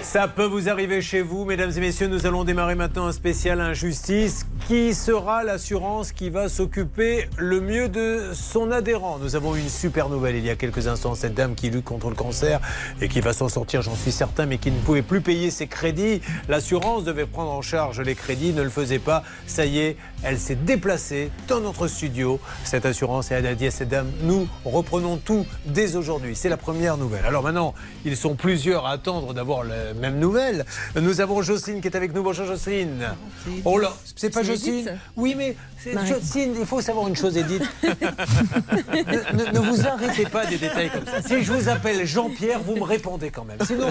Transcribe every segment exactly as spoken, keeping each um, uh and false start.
Ça peut vous arriver chez vous, mesdames et messieurs. Nous allons démarrer maintenant un spécial injustice. Qui sera l'assurance qui va s'occuper le mieux de son adhérent? Nous avons eu une super nouvelle il y a quelques instants. Cette dame qui lutte contre le cancer et qui va s'en sortir, j'en suis certain, mais qui ne pouvait plus payer ses crédits. L'assurance devait prendre en charge les crédits, ne le faisait pas. Ça y est, elle s'est déplacée dans notre studio. Cette assurance, et elle a dit à cette dame, nous reprenons tout dès aujourd'hui. C'est la première nouvelle. Alors maintenant, ils sont plusieurs à attendre d'avoir la même nouvelle. Nous avons Jocelyne qui est avec nous. Bonjour Jocelyne. Oh là, c'est pas Jocelyne? Oui, mais Jocelyne, il faut savoir une chose, Edith. ne, ne, ne vous arrêtez pas des détails comme ça. Si je vous appelle Jean-Pierre, vous me répondez quand même. Sinon,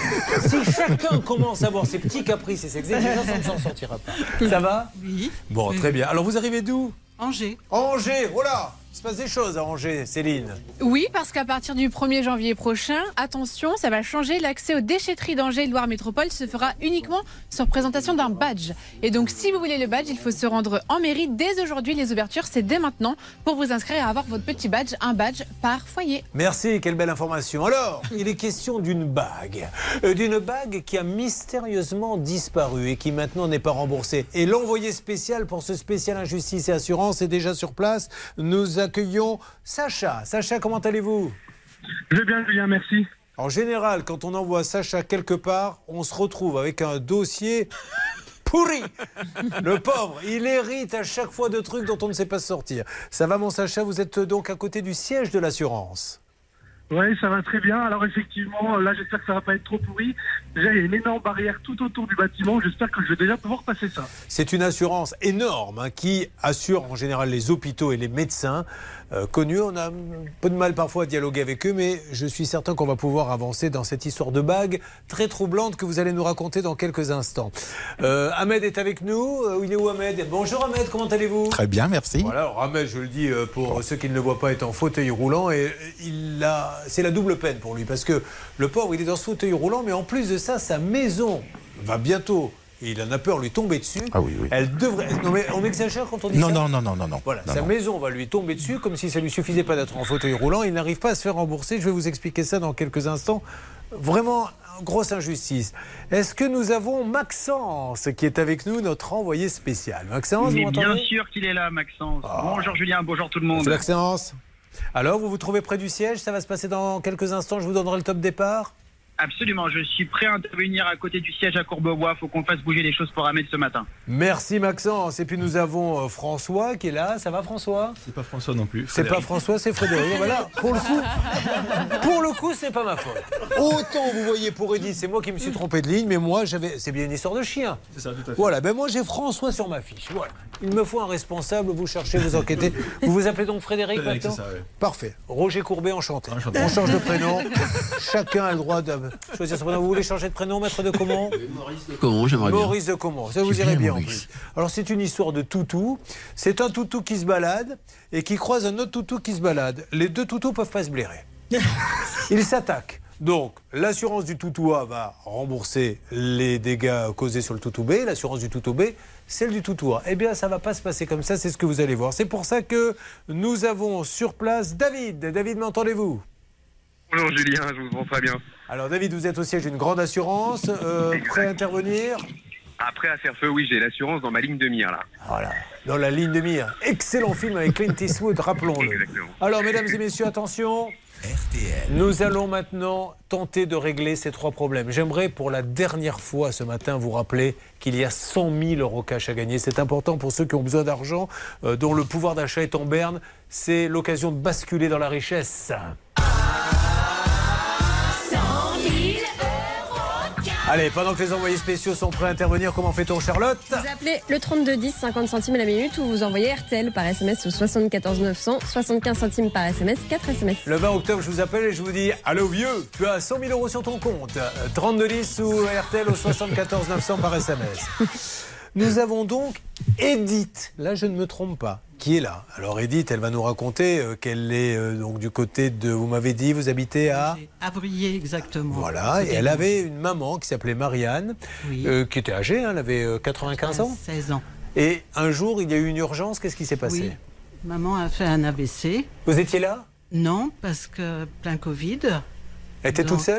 si chacun commence à avoir ses petits caprices et ses exigences, on ne s'en sortira pas. Ça va? Oui. Bon, très bien. Alors, vous arrivez d'où? Angers. Angers, oh là! Il se passe des choses à Angers, Céline. Oui, parce qu'à partir du premier janvier prochain, attention, ça va changer. L'accès aux déchetteries d'Angers et Loire Métropole se fera uniquement sur présentation d'un badge. Et donc, si vous voulez le badge, il faut se rendre en mairie dès aujourd'hui. Les ouvertures, c'est dès maintenant pour vous inscrire à avoir votre petit badge, un badge par foyer. Merci, quelle belle information. Alors, il est question d'une bague. Euh, d'une bague qui a mystérieusement disparu et qui maintenant n'est pas remboursée. Et l'envoyé spécial pour ce spécial injustice et assurance est déjà sur place. Nous accueillons Sacha. Sacha, comment allez-vous? Je vais bien, Julien, merci. En général, quand on envoie Sacha quelque part, on se retrouve avec un dossier pourri. Le pauvre, il hérite à chaque fois de trucs dont on ne sait pas sortir. Ça va, mon Sacha? Vous êtes donc à côté du siège de l'assurance? Oui, ça va très bien. Alors effectivement, là j'espère que ça va pas être trop pourri. Déjà, il y a une énorme barrière tout autour du bâtiment. J'espère que je vais déjà pouvoir passer ça. C'est une assurance énorme hein, qui assure en général les hôpitaux et les médecins euh, connus. On a un peu de mal parfois à dialoguer avec eux, mais je suis certain qu'on va pouvoir avancer dans cette histoire de bague très troublante que vous allez nous raconter dans quelques instants. Euh, Ahmed est avec nous. Euh, il est où, Ahmed? Bonjour Ahmed, comment allez-vous? Très bien, merci. Voilà, alors Ahmed, je le dis euh, pour bon. ceux qui ne le voient pas, est en fauteuil roulant et il a... c'est la double peine pour lui parce que le pauvre, il est dans ce fauteuil roulant, mais en plus de ça, sa maison va bientôt, et il en a peur, lui tomber dessus. Ah oui, oui. Elle devrait... Non mais on exagère quand on dit non, ça. Non, non, non, non, non. Voilà, non, sa non. maison va lui tomber dessus comme si ça lui suffisait pas d'être en fauteuil roulant. Il n'arrive pas à se faire rembourser. Je vais vous expliquer ça dans quelques instants. Vraiment, grosse injustice. Est-ce que nous avons Maxence qui est avec nous, notre envoyé spécial? Maxence, Mais vous bien m'entendez? sûr qu'il est là, Maxence. Oh. Bonjour Julien, bonjour tout le monde. Bonjour Maxence. Alors, vous vous trouvez près du siège? Ça va se passer dans quelques instants. Je vous donnerai le top départ. Absolument, je suis prêt à intervenir à côté du siège à Courbevoie. Il faut qu'on fasse bouger les choses pour Ahmed ce matin. Merci Maxence. Et puis nous avons euh, François qui est là. Ça va François? C'est pas François non plus. C'est pas François, c'est Frédéric. Voilà, pour le coup, pour le coup, c'est pas ma faute. Autant vous voyez pour Edith, c'est moi qui me suis trompé de ligne, mais moi j'avais, c'est bien une histoire de chien. C'est ça, tout à fait. Voilà, ben moi j'ai François sur ma fiche. Voilà, il me faut un responsable. Vous cherchez, vous enquêtez. Vous vous appelez donc Frédéric Frédéric, maintenant? c'est ça, ouais. Parfait. Roger Courbet, enchanté. Enchanté. On change de prénom. Chacun a le droit de choisir son prénom. Vous voulez changer de prénom, maître de Comont? Maurice de Comont, j'aimerais bien. Maurice de Comont, ça vous irait bien en plus. Alors c'est une histoire de toutou. C'est un toutou qui se balade et qui croise un autre toutou qui se balade. Les deux toutous peuvent pas se blairer. Ils s'attaquent. Donc l'assurance du toutou A va rembourser les dégâts causés sur le toutou B. L'assurance du toutou B, celle du toutou A. Eh bien ça va pas se passer comme ça, c'est ce que vous allez voir. C'est pour ça que nous avons sur place David. David, m'entendez-vous? Bonjour Julien, je vous entends très bien. Alors David, vous êtes au siège d'une grande assurance, euh, prêt à intervenir? Après à faire feu, oui, j'ai l'assurance dans ma ligne de mire là. Voilà, dans la ligne de mire. Excellent film avec Clint Eastwood, rappelons-le. Exactement. Alors mesdames et messieurs, attention. R T L. Nous allons maintenant tenter de régler ces trois problèmes. J'aimerais pour la dernière fois ce matin vous rappeler qu'il y a cent mille euros cash à gagner. C'est important pour ceux qui ont besoin d'argent, euh, dont le pouvoir d'achat est en berne. C'est l'occasion de basculer dans la richesse. Allez, pendant que les envoyés spéciaux sont prêts à intervenir, comment fait-on, Charlotte? Vous appelez le trente-deux dix, cinquante centimes la minute, ou vous envoyez R T L par S M S au soixante-quatorze neuf cents, soixante-quinze centimes par S M S, quatre S M S. Le vingt octobre, je vous appelle et je vous dis « Allô vieux, tu as cent mille euros sur ton compte. trente-deux dix ou R T L au soixante-quatorze neuf cents par S M S. » Nous avons donc Edith, là je ne me trompe pas, qui est là. Alors Edith, elle va nous raconter euh, qu'elle est euh, donc du côté de, vous m'avez dit, vous habitez à... Avrier, exactement. Voilà, et elle avait une maman qui s'appelait Marianne, oui. euh, qui était âgée, hein, elle avait euh, quatre-vingt-quinze ans. seize ans. Et un jour, il y a eu une urgence, qu'est-ce qui s'est passé? Oui. Maman a fait un A V C. Vous étiez là? Non, parce que plein Covid. Elle était Donc, toute seule?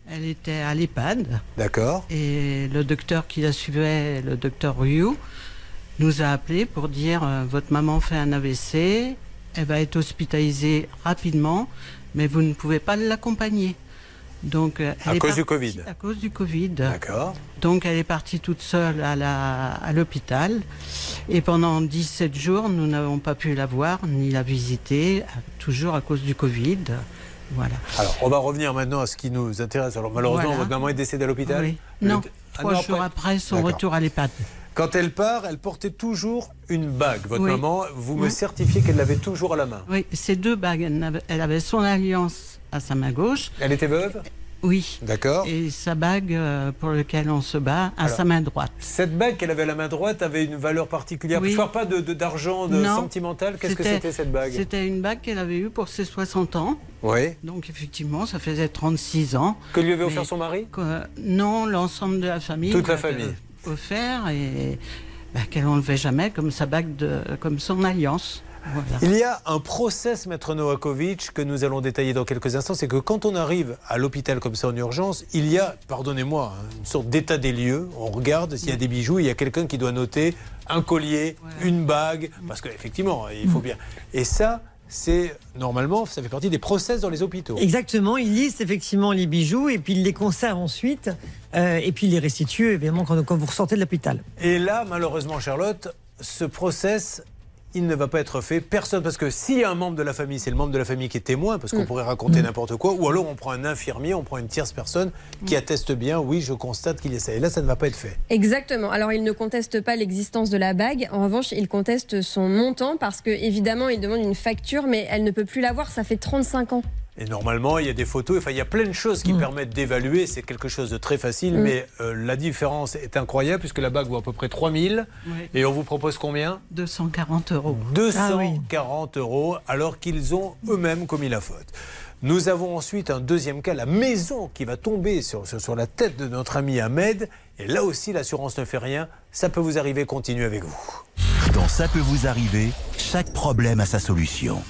Elle était à l'EHPAD. D'accord. Et le docteur qui la suivait, le docteur Ryu, nous a appelés pour dire euh, votre maman fait un A V C, elle va être hospitalisée rapidement, mais vous ne pouvez pas l'accompagner. Donc, elle à est cause partie, du Covid. À cause du Covid. D'accord. Donc elle est partie toute seule à, la, à l'hôpital. Et pendant dix-sept jours, nous n'avons pas pu la voir ni la visiter, toujours à cause du Covid. Voilà. Alors, on va revenir maintenant à ce qui nous intéresse. Alors, malheureusement, Voilà. votre maman est décédée à l'hôpital Oui. Le... Non, Ah, trois non, jours après son D'accord. retour à l'EHPAD. Quand elle part, elle portait toujours une bague. Votre Oui. maman, vous me Oui. certifiez qu'elle l'avait toujours à la main. Oui, ces deux bagues, elle avait, elle avait son alliance à sa main gauche. Elle était veuve? Oui. D'accord. Et sa bague euh, pour laquelle on se bat à Alors, sa main droite. Cette bague qu'elle avait à la main droite avait une valeur particulière. Oui. Je parle pas de, de- d'argent, de Non. sentimental. Qu'est-ce que c'était cette bague? C'était une bague qu'elle avait eue pour ses soixante ans. Oui. Donc effectivement, ça faisait trente-six ans. Que lui avait Mais- offert son mari? Que- non, l'ensemble de la famille. Toute la lui avait famille. Offert et bah, qu'elle n'enlevait jamais comme sa bague, de, comme son alliance. Voilà. Il y a un process, maître Novakovic, que nous allons détailler dans quelques instants. C'est que quand on arrive à l'hôpital comme ça en urgence, il y a, pardonnez-moi, hein, une sorte d'état des lieux. On regarde s'il y a des bijoux, il y a quelqu'un qui doit noter un collier, Voilà. une bague, parce qu'effectivement, il faut bien. Et ça, c'est normalement, ça fait partie des process dans les hôpitaux. Exactement, ils lisent effectivement les bijoux et puis ils les conservent ensuite euh, et puis ils les restituent évidemment quand, quand vous ressortez de l'hôpital. Et là, malheureusement, Charlotte, ce process, il ne va pas être fait. Personne, parce que s'il y a un membre de la famille, c'est le membre de la famille qui est témoin, parce qu'on Mm. pourrait raconter n'importe quoi, ou alors on prend un infirmier, on prend une tierce personne qui atteste bien, oui, je constate qu'il y a ça. Et là, ça ne va pas être fait. Exactement. Alors, il ne conteste pas l'existence de la bague. En revanche, il conteste son montant parce que, évidemment, il demande une facture, mais elle ne peut plus l'avoir. Ça fait trente-cinq ans. Et normalement, il y a des photos, enfin, il y a plein de choses qui Mm. permettent d'évaluer. C'est quelque chose de très facile, Mm. mais euh, la différence est incroyable, puisque la bague vaut à peu près trois mille. Oui. Et on vous propose combien? deux cent quarante euros. deux Ah cent oui. quarante euros, alors qu'ils ont eux-mêmes commis la faute. Nous avons ensuite un deuxième cas, la maison qui va tomber sur, sur, sur la tête de notre ami Ahmed. Et là aussi, l'assurance ne fait rien. Ça peut vous arriver, continuez avec vous. Dans Ça peut vous arriver, chaque problème a sa solution.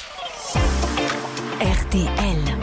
R T L.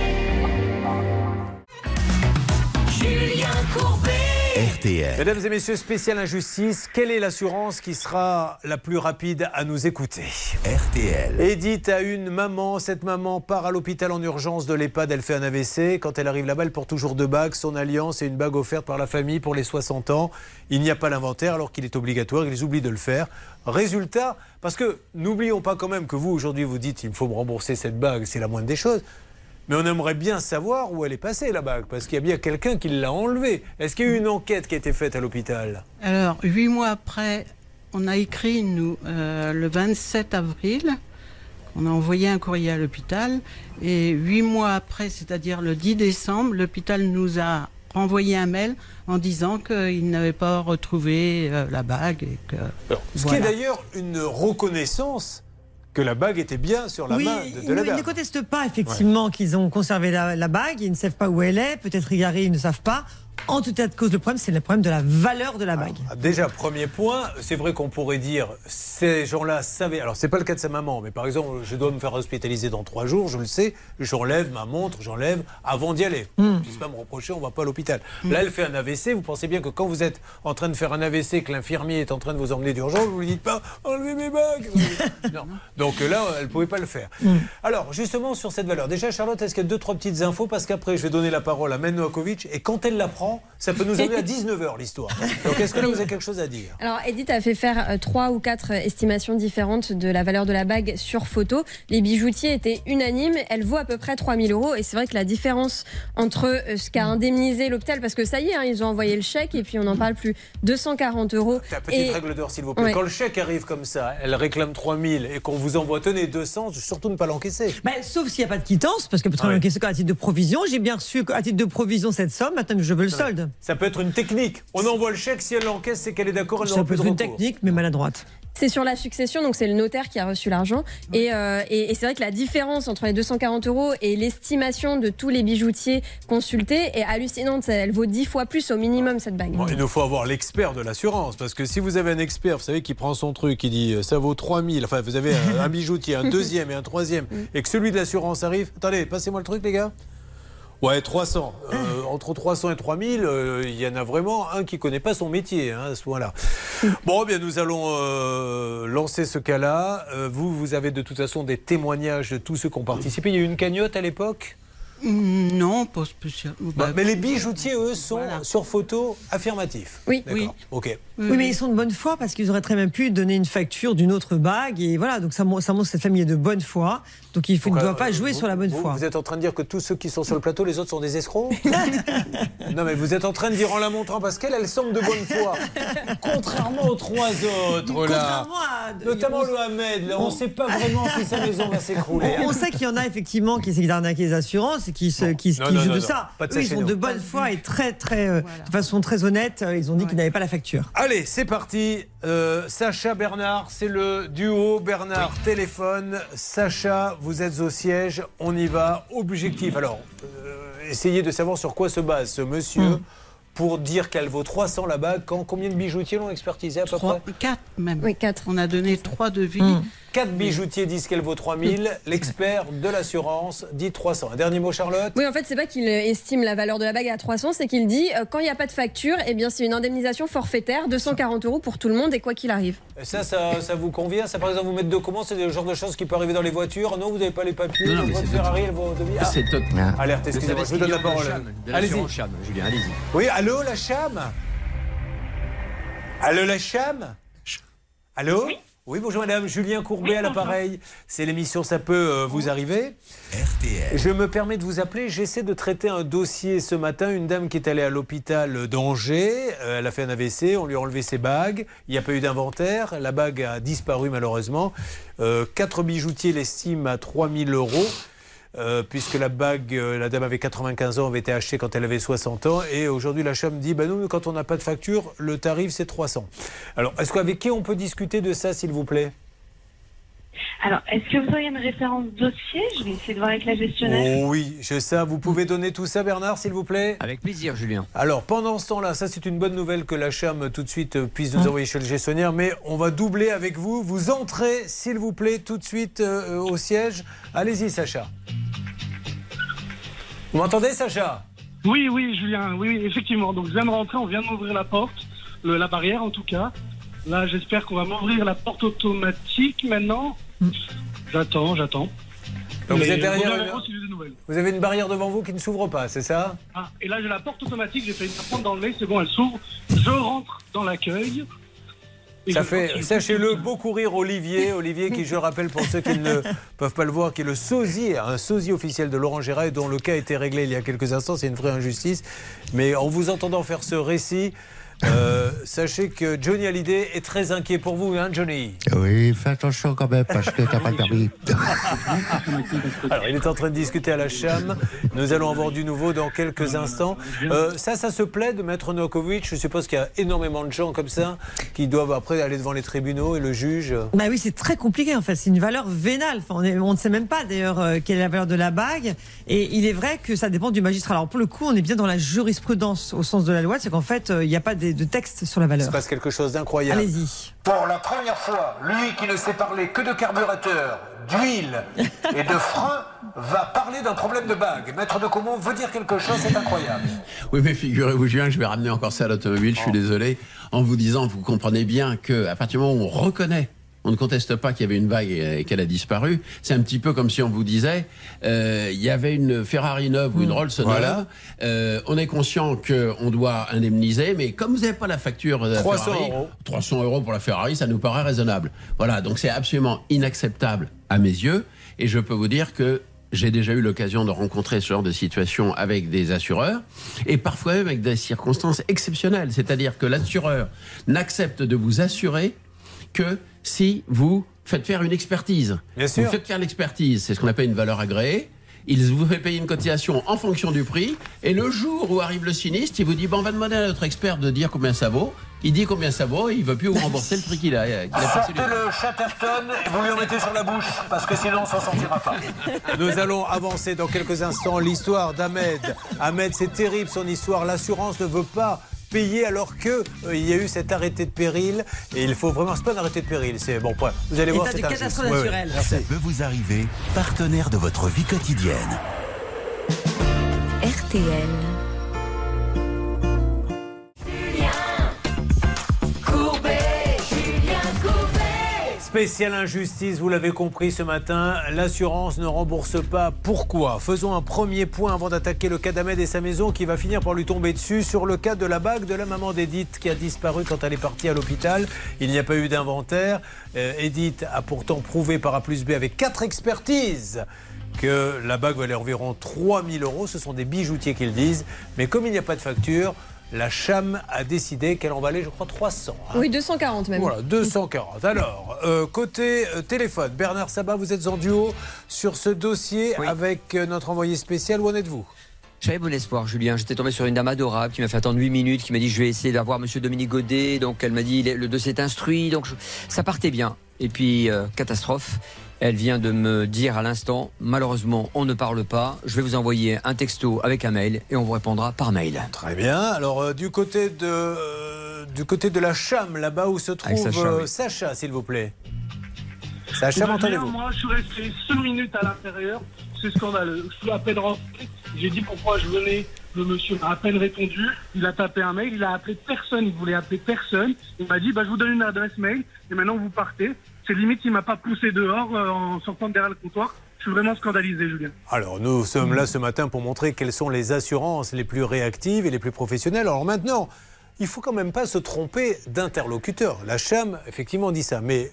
Julien Courbet. R T L. Mesdames et messieurs, spécial injustice, quelle est l'assurance qui sera la plus rapide à nous écouter? R T L. Edith a une maman, cette maman part à l'hôpital en urgence de l'EHPAD, elle fait un A V C. Quand elle arrive là-bas, elle porte toujours deux bagues, son alliance et une bague offerte par la famille pour les soixante ans. Il n'y a pas l'inventaire alors qu'il est obligatoire, ils oublient de le faire. Résultat, parce que n'oublions pas quand même que vous aujourd'hui vous dites il me faut me rembourser cette bague, c'est la moindre des choses. Mais on aimerait bien savoir où elle est passée la bague, parce qu'il y a bien quelqu'un qui l'a enlevée. Est-ce qu'il y a eu une enquête qui a été faite à l'hôpital? Alors, huit mois après, on a écrit, nous, euh, le vingt-sept avril, on a envoyé un courrier à l'hôpital, et huit mois après, c'est-à-dire le dix décembre, l'hôpital nous a renvoyé un mail en disant qu'il n'avait pas retrouvé euh, la bague. Et que, Alors, ce voilà. qui est d'ailleurs une reconnaissance que la bague était bien sur la oui, main de, ils, de la ne- ils dame. ne contestent pas effectivement qu'ils ont conservé la, la bague, ils ne savent pas où elle est, peut-être égarés, ils ne savent pas. En tout état de cause, le problème, c'est le problème de la valeur de la bague. Ah, déjà, premier point, c'est vrai qu'on pourrait dire, ces gens-là savaient, alors c'est pas le cas de sa maman, mais par exemple, je dois me faire hospitaliser dans trois jours, je le sais, j'enlève ma montre, j'enlève avant d'y aller. Mm. On ne puisse pas me reprocher, on va pas à l'hôpital. Là, elle fait un A V C, vous pensez bien que quand vous êtes en train de faire un A V C, que l'infirmier est en train de vous emmener d'urgence, vous ne lui dites pas, enlevez mes bagues. Non. Donc là, elle ne pouvait pas le faire. Mm. Alors, justement, sur cette valeur, déjà, Charlotte, est-ce qu'il y a deux, trois petites infos, parce qu'après, je vais donner la parole à Men Novakovic, et quand elle la prend, ça peut nous amener à dix-neuf heures l'histoire. Donc est-ce que là vous avez quelque chose à dire? Alors, Edith a fait faire euh, trois ou quatre euh, estimations différentes de la valeur de la bague sur photo. Les bijoutiers étaient unanimes. Elle vaut à peu près trois mille euros. Et c'est vrai que la différence entre euh, ce qu'a indemnisé l'hôpital, parce que ça y est, hein, ils ont envoyé le chèque et puis on n'en parle plus, deux cent quarante euros. Ta petite Et- règle d'or, s'il vous plaît. Ouais. Quand le chèque arrive comme ça, elle réclame trois mille et qu'on vous envoie, tenez, deux cents, surtout ne pas l'encaisser. Ben, sauf s'il n'y a pas de quittance, parce que peut-être Ah oui. encaisser à titre de provision. J'ai bien reçu à titre de provision cette somme, maintenant je veux le solde. Ça peut être une technique. On envoie le chèque, si elle l'encaisse, c'est qu'elle est d'accord, elle Ça n'aura peut plus de être une recours. technique, mais maladroite. C'est sur la succession, donc c'est le notaire qui a reçu l'argent. Et, euh, et, et c'est vrai que la différence entre les deux cent quarante euros et l'estimation de tous les bijoutiers consultés est hallucinante. Elle vaut dix fois plus au minimum, cette bague. Bon, il nous faut avoir l'expert de l'assurance, parce que si vous avez un expert, vous savez, qui prend son truc, qui dit euh, ça vaut trois mille, enfin vous avez un, un bijoutier, un deuxième et un troisième, et que celui de l'assurance arrive, attendez, passez-moi le truc les gars. Ouais, trois cents. Euh, entre trois cents et trois mille, il euh, y en a vraiment un qui ne connaît pas son métier hein, à ce point-là. Bon, eh bien, nous allons euh, lancer ce cas-là. Euh, vous, vous avez de toute façon des témoignages de tous ceux qui ont participé. Il y a eu une cagnotte à l'époque ? Non, pas spécial. Bah, mais les bijoutiers, eux, sont voilà. sur photo affirmatifs. Oui. D'accord. Oui. Ok. Oui, oui, mais ils sont de bonne foi parce qu'ils auraient très bien pu donner une facture d'une autre bague. Et voilà, donc ça, ça montre que cette famille est de bonne foi. Donc il faut, ne doit pas jouer vous, sur la bonne vous, foi. Vous êtes en train de dire que tous ceux qui sont sur le plateau, les autres sont des escrocs? Non, mais vous êtes en train de dire en la montrant parce qu'elle, elle semble de bonne foi. Contrairement aux trois autres, là. À... Notamment le Ahmed, là, on ne sait pas vraiment si sa maison va s'écrouler. On sait qu'il y en a effectivement qui essaient d'arnaquer les assurances et qui, se, non. qui, Non, qui non, jouent non, de non. ça. Pas de Eux, ils sachez sont non. de bonne foi et très, très, euh, voilà. de façon très honnête. Ils ont dit ouais. qu'ils n'avaient pas la facture. Allez, c'est parti. Euh, Sacha, Bernard, c'est le duo. Bernard, oui. téléphone. Sacha, vous êtes au siège. On y va. Objectif. Alors, euh, essayez de savoir sur quoi se base ce monsieur. Mmh. Pour dire qu'elle vaut trois cents la bague, quand combien de bijoutiers l'ont expertisé à peu trois, près? quatre même. Oui, quatre. On a donné trois devis. Mmh. Quatre bijoutiers disent qu'elle vaut trois mille. L'expert de l'assurance dit trois cents. Un dernier mot, Charlotte? Oui, en fait, c'est pas qu'il estime la valeur de la bague à trois cents, c'est qu'il dit euh, quand il n'y a pas de facture, eh bien, c'est une indemnisation forfaitaire, deux cent quarante euros pour tout le monde et quoi qu'il arrive. Et ça, ça, ça vous convient? Ça, par exemple, vous mettre de comment? C'est le genre de choses qui peut arriver dans les voitures. Non, vous n'avez pas les papiers. Non, non, mais votre c'est Ferrari, elle vaut deux mille. Ah. C'est top. Alerte, excusez-moi, je vous donne la parole. Allez-y. Cham, Julien, allez-y. Oui, allô, la Cham? Allô, la Cham? Allô? Oui. Oui, bonjour madame, Julien Courbet oui, à l'appareil. C'est l'émission Ça peut euh, vous arriver. R T L. Je me permets de vous appeler, j'essaie de traiter un dossier ce matin. Une dame qui est allée à l'hôpital d'Angers, euh, elle a fait un A V C, on lui a enlevé ses bagues. Il n'y a pas eu d'inventaire, la bague a disparu malheureusement. Euh, quatre bijoutiers l'estiment à trois mille euros. Euh, puisque la bague, euh, la dame avait quatre-vingt-quinze ans, avait été achetée quand elle avait soixante ans, et aujourd'hui la Cham dit, bah nous, quand on n'a pas de facture, le tarif c'est trois cents. Alors, est-ce qu'avec qui on peut discuter de ça, s'il vous plaît? Alors, est-ce que vous auriez une référence dossier? Je vais essayer de voir avec la gestionnaire. Oh oui, je sais, vous pouvez donner tout ça, Bernard, s'il vous plaît? Avec plaisir, Julien. Alors, pendant ce temps-là, ça c'est une bonne nouvelle que la Cham tout de suite puisse nous envoyer chez le gestionnaire, mais on va doubler avec vous. Vous entrez, s'il vous plaît, tout de suite euh, au siège. Allez-y, Sacha. Vous m'entendez, Sacha? Oui, oui, Julien, oui, oui, effectivement. Donc, je viens de rentrer, on vient de m'ouvrir la porte, le, la barrière en tout cas. Là, j'espère qu'on va m'ouvrir la porte automatique maintenant. Mm. J'attends, j'attends. Donc, mais vous êtes derrière. Une... Si des nouvelles. Vous avez une barrière devant vous qui ne s'ouvre pas, c'est ça? Ah, et là, j'ai la porte automatique, j'ai fait une apprendre dans le nez, c'est bon, elle s'ouvre. Je rentre dans l'accueil. Ça fait, sachez-le, beaucoup rire Olivier. Olivier qui, je le rappelle pour ceux qui ne peuvent pas le voir, qui est le sosie, un sosie officiel de Laurent Gérard, dont le cas a été réglé il y a quelques instants. C'est une vraie injustice. Mais en vous entendant faire ce récit, euh, sachez que Johnny Hallyday est très inquiet pour vous, hein, Johnny? Oui, fais attention quand même, parce que t'as pas le permis. Alors, il est en train de discuter à la Cham. Nous allons avoir du nouveau dans quelques instants. Euh, ça, ça se plaide, Maître Novakovic. Je suppose qu'il y a énormément de gens comme ça qui doivent après aller devant les tribunaux et le juge. Bah oui, c'est très compliqué en fait. C'est une valeur vénale. Enfin, on, est, on ne sait même pas d'ailleurs euh, quelle est la valeur de la bague. Et il est vrai que ça dépend du magistrat. Alors pour le coup, on est bien dans la jurisprudence au sens de la loi. C'est qu'en fait, il euh, n'y a pas de, de texte sur la valeur. Il se passe quelque chose d'incroyable. Allez-y. Pour la première fois, lui qui ne sait parler que de carburateur, d'huile et de frein, va parler d'un problème de bague. Maître de Comont veut dire quelque chose, c'est incroyable. Oui, mais figurez-vous, Julien, que je vais ramener encore ça à l'automobile, je suis oh. désolé, en vous disant, vous comprenez bien qu'à partir du moment où on reconnaît, on ne conteste pas qu'il y avait une bague et qu'elle a disparu. C'est un petit peu comme si on vous disait, euh, il y avait une Ferrari neuve mmh. ou une Rolls neuve. Voilà. Euh, on est conscient qu'on doit indemniser, mais comme vous n'avez pas la facture de la trois cents Ferrari, euros. trois cents euros pour la Ferrari, ça nous paraît raisonnable. Voilà, donc c'est absolument inacceptable à mes yeux. Et je peux vous dire que j'ai déjà eu l'occasion de rencontrer ce genre de situation avec des assureurs et parfois même avec des circonstances exceptionnelles. C'est-à-dire que l'assureur n'accepte de vous assurer que si vous faites faire une expertise. Bien sûr. Vous faites faire l'expertise, c'est ce qu'on appelle une valeur agréée. Il vous fait payer une cotisation en fonction du prix. Et le jour où arrive le sinistre, il vous dit bon, on va demander à notre expert de dire combien ça vaut. Il dit combien ça vaut et il ne veut plus vous rembourser le prix qu'il a. Qu'il a Sortez le Chatterton et vous lui en mettez sur la bouche parce que sinon on s'en sortira pas. Nous allons avancer dans quelques instants l'histoire d'Ahmed. Ahmed, c'est terrible son histoire. L'assurance ne veut pas payer alors qu'il euh, y a eu cet arrêté de péril et il faut vraiment, c'est pas un arrêté de péril, c'est bon point. Vous allez voir, c'est un catastrophe naturelle. Ça peut vous arriver, partenaire de votre vie quotidienne. R R T L. Spéciale injustice, vous l'avez compris ce matin, l'assurance ne rembourse pas. Pourquoi? Faisons un premier point avant d'attaquer le cas d'Ahmed et sa maison qui va finir par lui tomber dessus. Sur le cas de la bague de la maman d'Edith qui a disparu quand elle est partie à l'hôpital. Il n'y a pas eu d'inventaire. Euh, Edith a pourtant prouvé par A plus B avec quatre expertises que la bague valait environ trois mille euros. Ce sont des bijoutiers qui le disent. Mais comme il n'y a pas de facture, la Cham a décidé qu'elle en valait, je crois, trois cents. Hein. Oui, deux cent quarante même. Voilà, deux cent quarante. Alors, euh, côté euh, téléphone, Bernard Sabat, vous êtes en duo sur ce dossier oui. avec euh, notre envoyé spécial. Où en êtes-vous? J'avais bon espoir, Julien. J'étais tombé sur une dame adorable qui m'a fait attendre huit minutes, qui m'a dit je vais essayer d'avoir monsieur Dominique Godet. Donc elle m'a dit le dossier est instruit. Donc je... ça partait bien. Et puis, euh, catastrophe. Elle vient de me dire à l'instant, malheureusement, on ne parle pas. Je vais vous envoyer un texto avec un mail et on vous répondra par mail. Très bien. Alors, euh, du côté de, euh, du côté de la Cham, là-bas où se trouve Sacha, euh, oui. Sacha, s'il vous plaît. Sacha, m'entendez-vous? Moi, je suis resté cinq minutes à l'intérieur. C'est scandaleux. Je suis à peine rentré. J'ai dit pourquoi je venais. Le monsieur m'a à peine répondu. Il a tapé un mail. Il a appelé personne. Il voulait appeler personne. Il m'a dit, bah, je vous donne une adresse mail. Et maintenant, vous partez. C'est limite, il ne m'a pas poussé dehors euh, en sortant de derrière le comptoir. Je suis vraiment scandalisé, Julien. Alors, nous sommes là ce matin pour montrer quelles sont les assurances les plus réactives et les plus professionnelles. Alors maintenant, il ne faut quand même pas se tromper d'interlocuteur. La Cham, effectivement, dit ça. Mais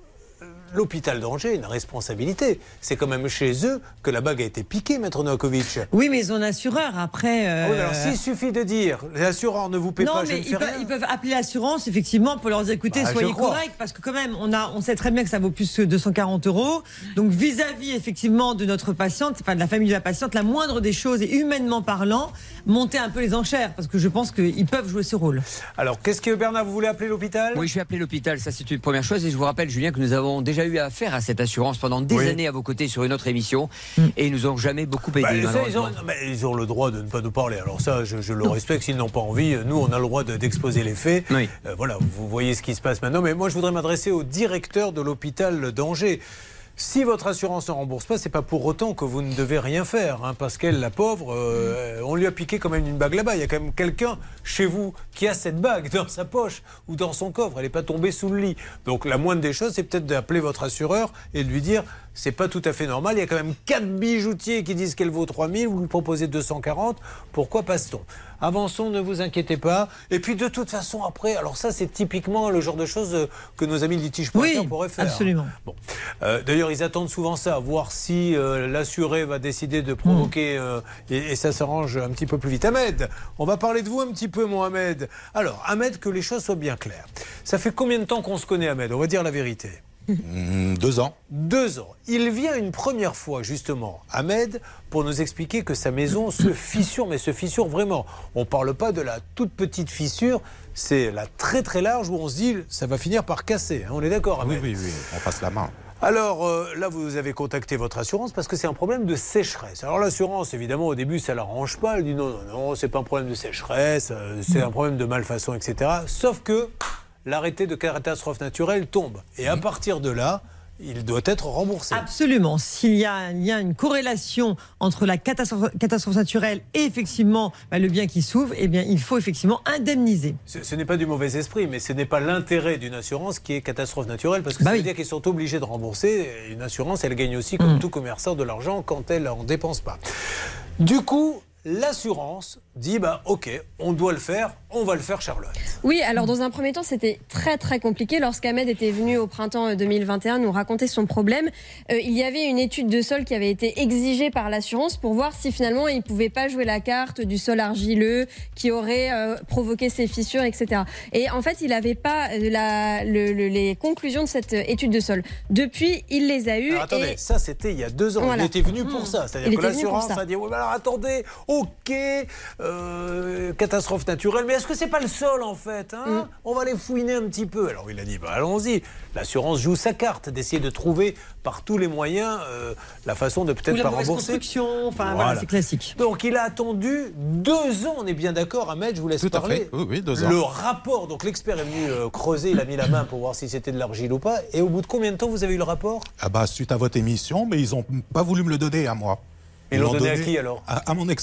l'hôpital d'Angers a une responsabilité. C'est quand même chez eux que la bague a été piquée, Maître Novakovic. Oui, mais ils ont un assureur. Après. Euh... Oui, alors s'il suffit de dire, l'assureur ne vous paie non, pas, mais je ne ils fais peuvent, rien. Ils peuvent appeler l'assurance, effectivement, pour leur dire écoutez, bah, soyez corrects, parce que quand même, on, a, on sait très bien que ça vaut plus que deux cent quarante euros. Donc, vis-à-vis, effectivement, de notre patiente, enfin de la famille de la patiente, la moindre des choses, et humainement parlant, monter un peu les enchères, parce que je pense qu'ils peuvent jouer ce rôle. Alors, qu'est-ce que Bernard, vous voulez appeler l'hôpital? Oui, je vais appeler l'hôpital, ça c'est une première chose. Et je vous rappelle, Julien, que nous avons déjà eu affaire à cette assurance pendant des oui. années à vos côtés sur une autre émission mm. et ils nous ont jamais beaucoup aidé. Bah, ça, ils, ont, bah, ils ont le droit de ne pas nous parler. Alors ça, je, je le respecte. S'ils n'ont pas envie, nous, on a le droit de, d'exposer les faits. Oui. Euh, voilà, vous voyez ce qui se passe maintenant. Mais moi, je voudrais m'adresser au directeur de l'hôpital d'Angers. Si votre assurance ne rembourse pas, c'est pas pour autant que vous ne devez rien faire, hein, parce qu'elle, la pauvre, euh, on lui a piqué quand même une bague là-bas. Il y a quand même quelqu'un chez vous qui a cette bague dans sa poche ou dans son coffre. Elle n'est pas tombée sous le lit. Donc la moindre des choses, c'est peut-être d'appeler votre assureur et de lui dire c'est pas tout à fait normal. Il y a quand même quatre bijoutiers qui disent qu'elle vaut trois mille. Vous lui proposez deux cent quarante. Pourquoi passe-t-on? Avançons, ne vous inquiétez pas. Et puis de toute façon, après, alors ça, c'est typiquement le genre de choses que nos amis litige point f r oui, pourraient faire. Absolument. Bon. Euh, d'ailleurs, ils attendent souvent ça, voir si euh, l'assuré va décider de provoquer, euh, et, et ça s'arrange un petit peu plus vite. Ahmed, on va parler de vous un petit peu, mon Ahmed. Alors, Ahmed, que les choses soient bien claires. Ça fait combien de temps qu'on se connaît, Ahmed? On va dire la vérité. Mmh, deux ans. Deux ans. Il vient une première fois, justement, Ahmed, pour nous expliquer que sa maison se fissure, mais se fissure vraiment. On ne parle pas de la toute petite fissure, c'est la très très large où on se dit ça va finir par casser. Hein, on est d'accord, Ahmed? Oui, oui, oui, on passe la main. Alors euh, là, vous avez contacté votre assurance parce que c'est un problème de sécheresse. Alors l'assurance, évidemment, au début, ça ne l'arrange pas. Elle dit non, non, non, c'est pas un problème de sécheresse, euh, c'est un problème de malfaçon, et cetera. Sauf que l'arrêté de catastrophe naturelle tombe. Et à partir de là, il doit être remboursé. Absolument. S'il y a, il y a une corrélation entre la catastrophe, catastrophe naturelle et effectivement bah, le bien qui s'ouvre, eh bien, il faut effectivement indemniser. Ce, ce n'est pas du mauvais esprit, mais ce n'est pas l'intérêt d'une assurance qui est catastrophe naturelle, parce que bah ça oui. veut dire qu'ils sont obligés de rembourser. Une assurance, elle gagne aussi, comme mmh. tout commerçant, de l'argent quand elle n'en dépense pas. Du coup, l'assurance dit bah ok, on doit le faire, on va le faire, Charlotte. Oui, alors dans un premier temps, c'était très très compliqué. Lorsqu'Ahmed était venu au printemps deux mille vingt et un nous raconter son problème, euh, il y avait une étude de sol qui avait été exigée par l'assurance pour voir si finalement il ne pouvait pas jouer la carte du sol argileux qui aurait euh, provoqué ces fissures, et cetera. Et en fait, il n'avait pas la, le, le, les conclusions de cette étude de sol. Depuis, il les a eues. Alors, attendez, et... ça c'était il y a deux ans. Voilà. Il était venu pour mmh. ça. C'est-à-dire il que l'assurance a dit oui, alors attendez, ok, euh, catastrophe naturelle, mais est-ce que c'est pas le sol en fait, hein mmh. On va les fouiner un petit peu. Alors il a dit bah, allons-y. L'assurance joue sa carte d'essayer de trouver par tous les moyens euh, la façon de peut-être pas rembourser. Construction, enfin voilà, voilà c'est classique. Donc il a attendu deux ans, on est bien d'accord, Ahmed, je vous laisse Tout parler. À fait. Oui, oui, deux ans. Le rapport, donc l'expert est venu euh, creuser, il a mis la main pour voir si c'était de l'argile ou pas. Et au bout de combien de temps vous avez eu le rapport? Ah bah suite à votre émission, mais ils n'ont pas voulu me le donner à moi. Ils l'ont donné, donné à qui alors? à, à mon expert.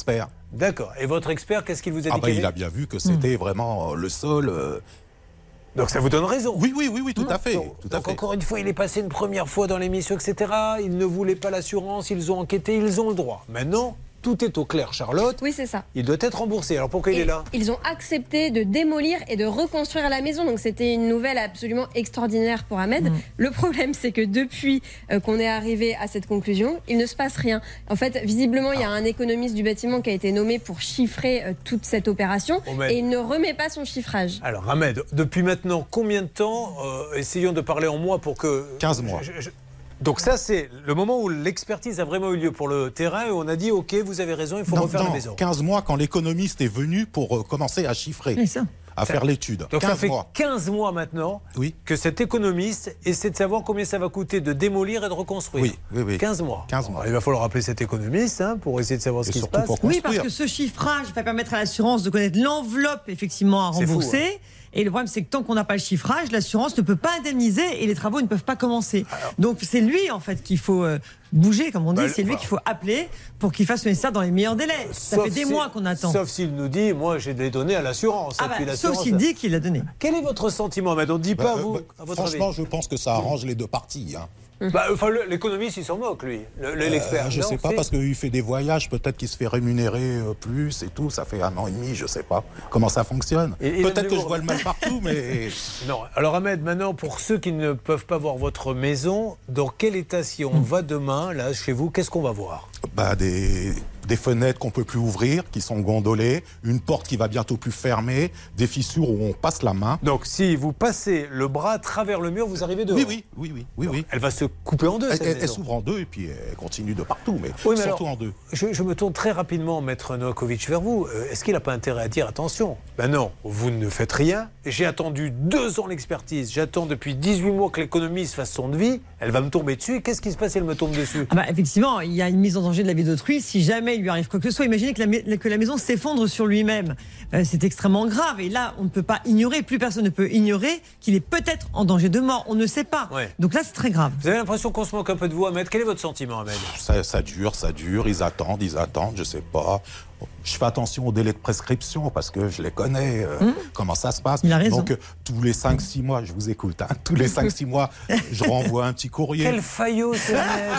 D'accord. Et votre expert, qu'est-ce qu'il vous a dit? Ah bah, il a bien vu que c'était mmh. vraiment le sol. Euh... Donc ça vous donne raison. Oui, oui, oui, oui, tout mmh. à fait. Donc, tout à donc fait. encore une fois, il est passé une première fois dans l'émission, et cetera. Il ne voulait pas l'assurance, ils ont enquêté, ils ont le droit. Maintenant, tout est au clair, Charlotte. Oui, c'est ça. Il doit être remboursé. Alors pourquoi et il est là? Ils ont accepté de démolir et de reconstruire la maison. Donc c'était une nouvelle absolument extraordinaire pour Ahmed. Mmh. Le problème, c'est que depuis euh, qu'on est arrivé à cette conclusion, il ne se passe rien. En fait, visiblement, ah. il y a un économiste du bâtiment qui a été nommé pour chiffrer euh, toute cette opération. Ahmed. Et il ne remet pas son chiffrage. Alors Ahmed, depuis maintenant combien de temps euh, essayons de parler en mois pour que... quinze mois. Je, je, Donc ça, c'est le moment où l'expertise a vraiment eu lieu pour le terrain et on a dit, OK, vous avez raison, il faut non, refaire non, la maison. quinze mois quand l'économiste est venu pour euh, commencer à chiffrer, ça. à ça. faire l'étude. Donc ça fait mois. quinze mois maintenant oui. que cet économiste essaie de savoir combien ça va coûter de démolir et de reconstruire. Oui, oui, oui. quinze mois. quinze mois. Alors, il va falloir appeler cet économiste hein, pour essayer de savoir et ce qui se passe. Oui, parce que ce chiffrage va permettre à l'assurance de connaître l'enveloppe effectivement à rembourser. Fou, hein. Et le problème, c'est que tant qu'on n'a pas le chiffrage, l'assurance ne peut pas indemniser et les travaux ne peuvent pas commencer. Alors, donc c'est lui, en fait, qu'il faut euh, bouger, comme on dit. Bah, c'est lui bah, qu'il faut appeler pour qu'il fasse le nécessaire dans les meilleurs délais. Ça fait des si, mois qu'on attend. Sauf s'il nous dit, moi, j'ai les donné à l'assurance. Ah bah, sauf s'il dit qu'il l'a donné. Quel est votre sentiment, Ahmed? On ne dit bah, pas, euh, vous, bah, à votre franchement, avis. je pense que ça arrange les deux parties. Hein. Bah, enfin, l'économiste, il s'en moque, lui, l'expert. Euh, je ne sais pas, parce qu'il fait des voyages, peut-être qu'il se fait rémunérer plus et tout. Ça fait un an et demi, je ne sais pas comment ça fonctionne. Peut-être que je vois le mal partout, mais... Non. Alors, Ahmed, maintenant, pour ceux qui ne peuvent pas voir votre maison, dans quel état, si on va demain, là, chez vous, qu'est-ce qu'on va voir? Bah, des... des fenêtres qu'on ne peut plus ouvrir, qui sont gondolées, une porte qui va bientôt plus fermer, des fissures où on passe la main. Donc, si vous passez le bras à travers le mur, vous arrivez dehors? Oui, oui, oui, oui. oui, oui. Elle va se couper en deux, Elle, cette elle, maison. elle s'ouvre en deux et puis elle continue de partout, mais, oui, mais surtout alors, en deux. Je, je me tourne très rapidement, Maître Novakovic, vers vous. Est-ce qu'il n'a pas intérêt à dire, attention, ben non, vous ne faites rien. J'ai attendu deux ans l'expertise. J'attends depuis dix-huit mois que l'économiste fasse son devis. Elle va me tomber dessus. Et qu'est-ce qui se passe si elle me tombe dessus? Ah bah, effectivement, il y a une mise en danger de la vie d'autrui. Si jamais il lui arrive quoi que ce soit, imaginez que la, que la maison s'effondre sur lui-même. Euh, c'est extrêmement grave. Et là, on ne peut pas ignorer, plus personne ne peut ignorer qu'il est peut-être en danger de mort. On ne sait pas. Ouais. Donc là, c'est très grave. Vous avez l'impression qu'on se moque un peu de vous, Ahmed? Quel est votre sentiment, Ahmed? ça, ça dure, ça dure. Ils attendent, ils attendent, je sais pas. Je fais attention aux délais de prescription parce que je les connais, euh, mmh. comment ça se passe. Il a raison. Donc, euh, tous les cinq six mois, je vous écoute, hein, tous les cinq six mois, je renvoie un petit courrier. Quel faillot, c'est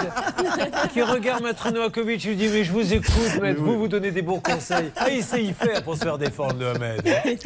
Ahmed qui regarde Maître Novakovic, je lui dis, mais je vous écoute, Maître, vous, vous donnez des bons conseils. Ah, il sait y faire pour se faire défendre, de Ahmed.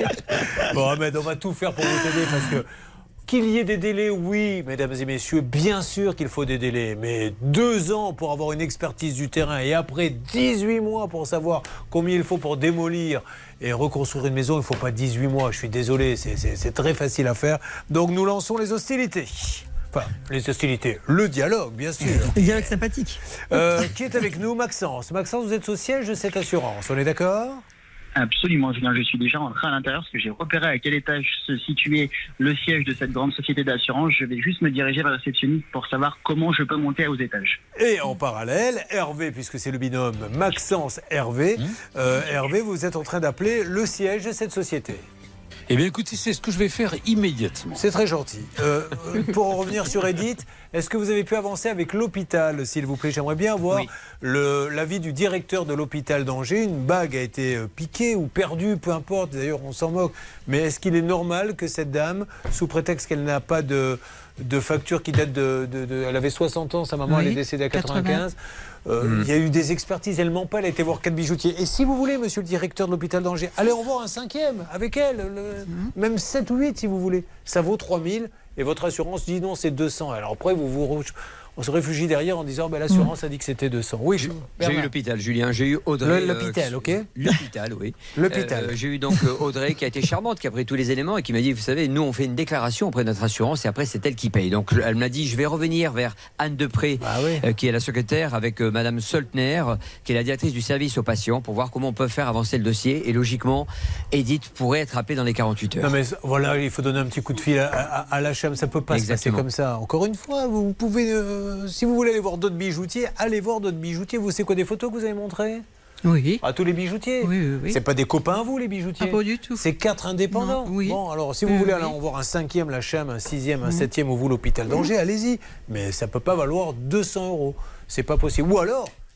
Bon, Ahmed, on va tout faire pour vous aider parce que qu'il y ait des délais, oui, mesdames et messieurs, bien sûr qu'il faut des délais, mais deux ans pour avoir une expertise du terrain et après dix-huit mois pour savoir combien il faut pour démolir et reconstruire une maison, il ne faut pas dix-huit mois, je suis désolé, c'est très facile à faire. Donc nous lançons les hostilités. Enfin, les hostilités, le dialogue, bien sûr. Le dialogue sympathique. Euh, qui est avec nous? Maxence. Maxence, vous êtes au siège de cette assurance, on est d'accord? Absolument, Julien. Je suis déjà entré à l'intérieur parce que j'ai repéré à quel étage se situait le siège de cette grande société d'assurance. Je vais juste me diriger vers le réceptionniste pour savoir comment je peux monter aux étages. Et en parallèle, Hervé, puisque c'est le binôme Maxence-Hervé, mmh. euh, Hervé, vous êtes en train d'appeler le siège de cette société. Eh bien écoutez, c'est ce que je vais faire immédiatement. C'est très gentil. Euh, pour en revenir sur Edith, est-ce que vous avez pu avancer avec l'hôpital, s'il vous plaît? J'aimerais bien avoir oui. l'avis du directeur de l'hôpital d'Angers. Une bague a été piquée ou perdue, peu importe, d'ailleurs on s'en moque. Mais est-ce qu'il est normal que cette dame, sous prétexte qu'elle n'a pas de, de facture qui date de, de, de... Elle avait soixante ans, sa maman oui, elle est décédée à quatre-vingt-quinze. Euh, mmh. Il y a eu des expertises, elle ment pas, elle a été voir quatre bijoutiers. Et si vous voulez, monsieur le directeur de l'hôpital d'Angers, allez en voir un cinquième avec elle, le, mmh. même sept ou huit si vous voulez. Ça vaut trois mille et votre assurance dit non, c'est deux cents. Alors après, vous vous... on se réfugie derrière en disant ben, l'assurance mmh. a dit que c'était deux cents. Oui, j'ai eu l'hôpital, Julien. J'ai eu Audrey. L'hôpital, euh, ok. L'hôpital, oui. L'hôpital. Euh, j'ai eu donc Audrey qui a été charmante, qui a pris tous les éléments et qui m'a dit vous savez, nous on fait une déclaration auprès de notre assurance et après c'est elle qui paye. Donc elle m'a dit je vais revenir vers Anne Depré, ah oui. euh, qui est la secrétaire, avec euh, Madame Soltner, qui est la directrice du service aux patients, pour voir comment on peut faire avancer le dossier. Et logiquement, Edith pourrait être appelée dans les quarante-huit heures. Non mais voilà, il faut donner un petit coup de fil à, à, à la H M. Ça peut pas Exactement. se passer comme ça. Encore une fois, vous pouvez. Euh, si vous voulez aller voir d'autres bijoutiers, allez voir d'autres bijoutiers. Vous, c'est quoi des photos que vous avez montrées? Oui. À tous les bijoutiers? Oui, oui, oui. C'est pas des copains, vous, les bijoutiers? Ah, pas du tout. C'est quatre indépendants? Non, oui. Bon, alors, si vous oui, voulez oui. aller en voir un cinquième, la H M, un sixième, un mmh. septième, ou vous, l'hôpital d'Angers, mmh. allez-y. Mais ça peut pas valoir deux cents euros. C'est pas possible. Ou alors,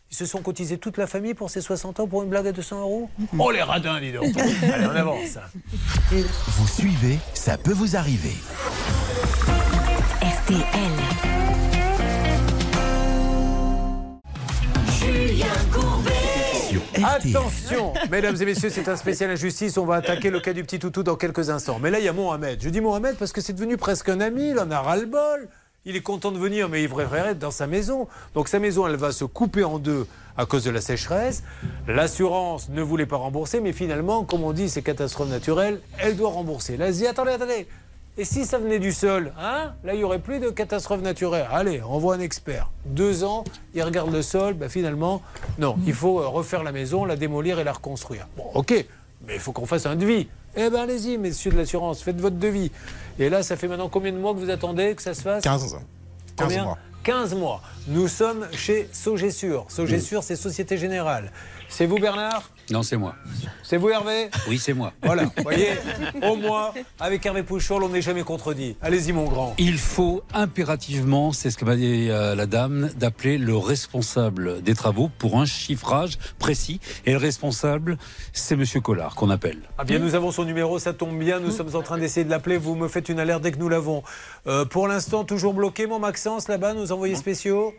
Ils se sont cotisés toute la famille pour ces soixante ans pour une blague à deux cents euros. Oh les radins, dis donc. Allez, on avance. Vous suivez, ça peut vous arriver. R T L. Julien Courbet. Attention, mesdames et messieurs, c'est un spécial injustice. On va attaquer le cas du petit toutou dans quelques instants. Mais là, il y a Mohamed. Je dis Mohamed parce que c'est devenu presque un ami. Il en a ras-le-bol. Il est content de venir, mais il préfère être dans sa maison. Donc sa maison, elle va se couper en deux à cause de la sécheresse. L'assurance ne voulait pas rembourser, mais finalement, comme on dit, c'est catastrophe naturelle. Elle doit rembourser. Là, elle se dit, attendez, attendez. Et si ça venait du sol, hein? Là, il n'y aurait plus de catastrophe naturelle. Allez, on envoie un expert. Deux ans, il regarde le sol. Ben, finalement, non, il faut refaire la maison, la démolir et la reconstruire. Bon, ok, mais il faut qu'on fasse un devis. Eh bien, allez-y, messieurs de l'assurance, faites votre devis. Et là, ça fait maintenant combien de mois que vous attendez que ça se fasse? quinze. quinze mois. quinze mois. Nous sommes chez Sogessure. Sogessure, c'est Société Générale. C'est vous, Bernard? Non, c'est moi. C'est vous, Hervé? Oui, c'est moi. Voilà, vous voyez, au moins, avec Hervé Pouchol, on n'est jamais contredit. Allez-y, mon grand. Il faut impérativement, c'est ce que m'a dit euh, la dame, d'appeler le responsable des travaux pour un chiffrage précis. Et le responsable, c'est Monsieur Collard qu'on appelle. Ah bien, nous avons son numéro, ça tombe bien. Nous sommes en train d'essayer de l'appeler. Vous me faites une alerte dès que nous l'avons. Euh, pour l'instant, toujours bloqué, mon Maxence, là-bas, nos envoyés spéciaux.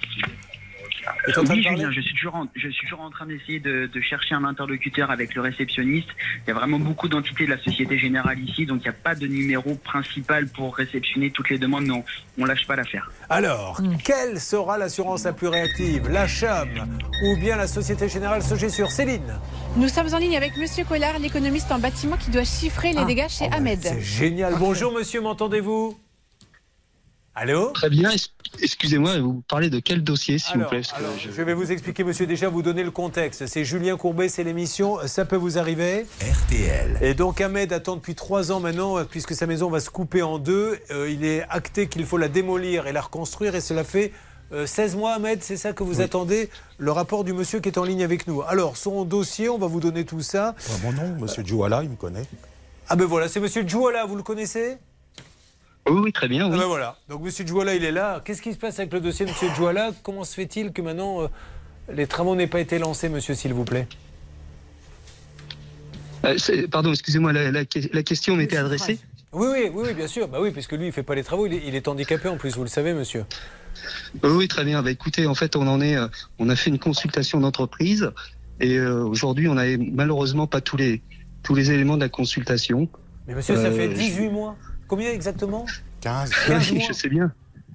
Oui, Julien, je suis toujours en, je suis toujours en train d'essayer de, de chercher un interlocuteur avec le réceptionniste. Il y a vraiment beaucoup d'entités de la Société Générale ici, donc il n'y a pas de numéro principal pour réceptionner toutes les demandes, mais on ne lâche pas l'affaire. Alors, mmh. quelle sera l'assurance la plus réactive? La Cham ou bien la Société Générale Sogessure? Céline? Nous sommes en ligne avec Monsieur Collard, l'économiste en bâtiment qui doit chiffrer les ah. dégâts chez oh, Ahmed. C'est génial. Bonjour monsieur, m'entendez-vous? Allô? Très bien. Excusez-moi, vous parlez de quel dossier, s'il alors, vous plaît parce alors, que je... je vais vous expliquer, monsieur, déjà vous donner le contexte. C'est Julien Courbet, c'est l'émission Ça peut vous arriver. R T L. Et donc Ahmed attend depuis trois ans maintenant, puisque sa maison va se couper en deux. Euh, il est acté qu'il faut la démolir et la reconstruire, et cela fait euh, seize mois, Ahmed, c'est ça que vous oui. attendez? Le rapport du monsieur qui est en ligne avec nous. Alors, son dossier, on va vous donner tout ça. Ah, mon nom, monsieur Djouala, il me connaît. Ah ben voilà, c'est monsieur Djouala, vous le connaissez? Oui, oui, très bien. Oui. Ah ben voilà. Donc, M. Djouala, il est là. Qu'est-ce qui se passe avec le dossier de M. Djouala? Comment se fait-il que maintenant, euh, les travaux n'aient pas été lancés, monsieur, s'il vous plaît? euh, Pardon, excusez-moi, la, la, la question m'était adressée. Oui, oui, oui, oui, bien sûr. Bah oui, puisque lui, il ne fait pas les travaux. Il est, il est handicapé en plus, vous le savez, monsieur. Oui, oui, très bien. Bah, écoutez, en fait, on en est, on a fait une consultation d'entreprise et euh, aujourd'hui, on n'a malheureusement pas tous les, tous les éléments de la consultation. Mais monsieur, euh, ça fait dix-huit je... mois. Combien exactement? quinze. quinze mois. Je sais bien.